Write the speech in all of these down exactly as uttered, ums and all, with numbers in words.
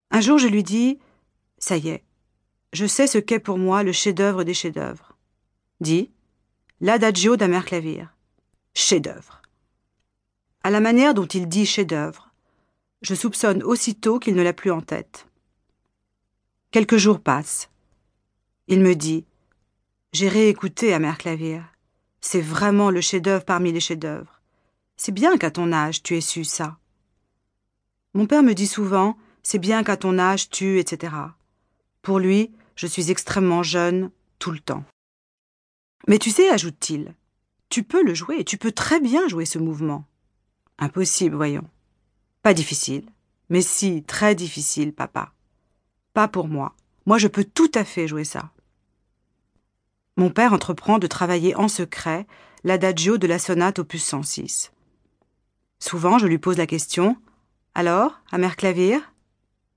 Un jour, je lui dis « Ça y est, je sais ce qu'est pour moi le chef-d'œuvre des chefs-d'œuvre. » Dis, l'adagio d'Amerclavier. Chef-d'œuvre. À la manière dont il dit chef-d'œuvre, je soupçonne aussitôt qu'il ne l'a plus en tête. Quelques jours passent. Il me dit « J'ai réécouté Amerclavier. C'est vraiment le chef-d'œuvre parmi les chefs-d'œuvre. C'est bien qu'à ton âge, tu aies su ça. » Mon père me dit souvent « C'est bien qu'à ton âge, tu, et cetera » Pour lui, je suis extrêmement jeune, tout le temps. Mais tu sais, ajoute-t-il, tu peux le jouer, tu peux très bien jouer ce mouvement. Impossible, voyons. Pas difficile. Mais si, très difficile, papa. Pas pour moi. Moi, je peux tout à fait jouer ça. Mon père entreprend de travailler en secret l'adagio de la sonate opus cent six. Souvent, je lui pose la question « Alors, Amerclavier ?»« Magnifique. »«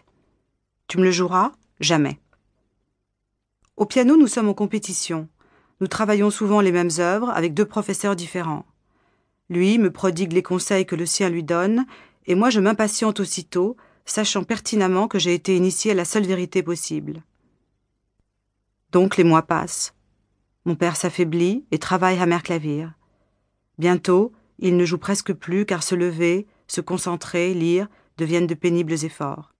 Tu me le joueras ?»« Jamais. » Au piano, nous sommes en compétition. Nous travaillons souvent les mêmes œuvres avec deux professeurs différents. Lui me prodigue les conseils que le sien lui donne, et moi je m'impatiente aussitôt, sachant pertinemment que j'ai été initiée à la seule vérité possible. Donc les mois passent. Mon père s'affaiblit et travaille Amerclavier. Bientôt, il ne joue presque plus car se lever, se concentrer, lire deviennent de pénibles efforts.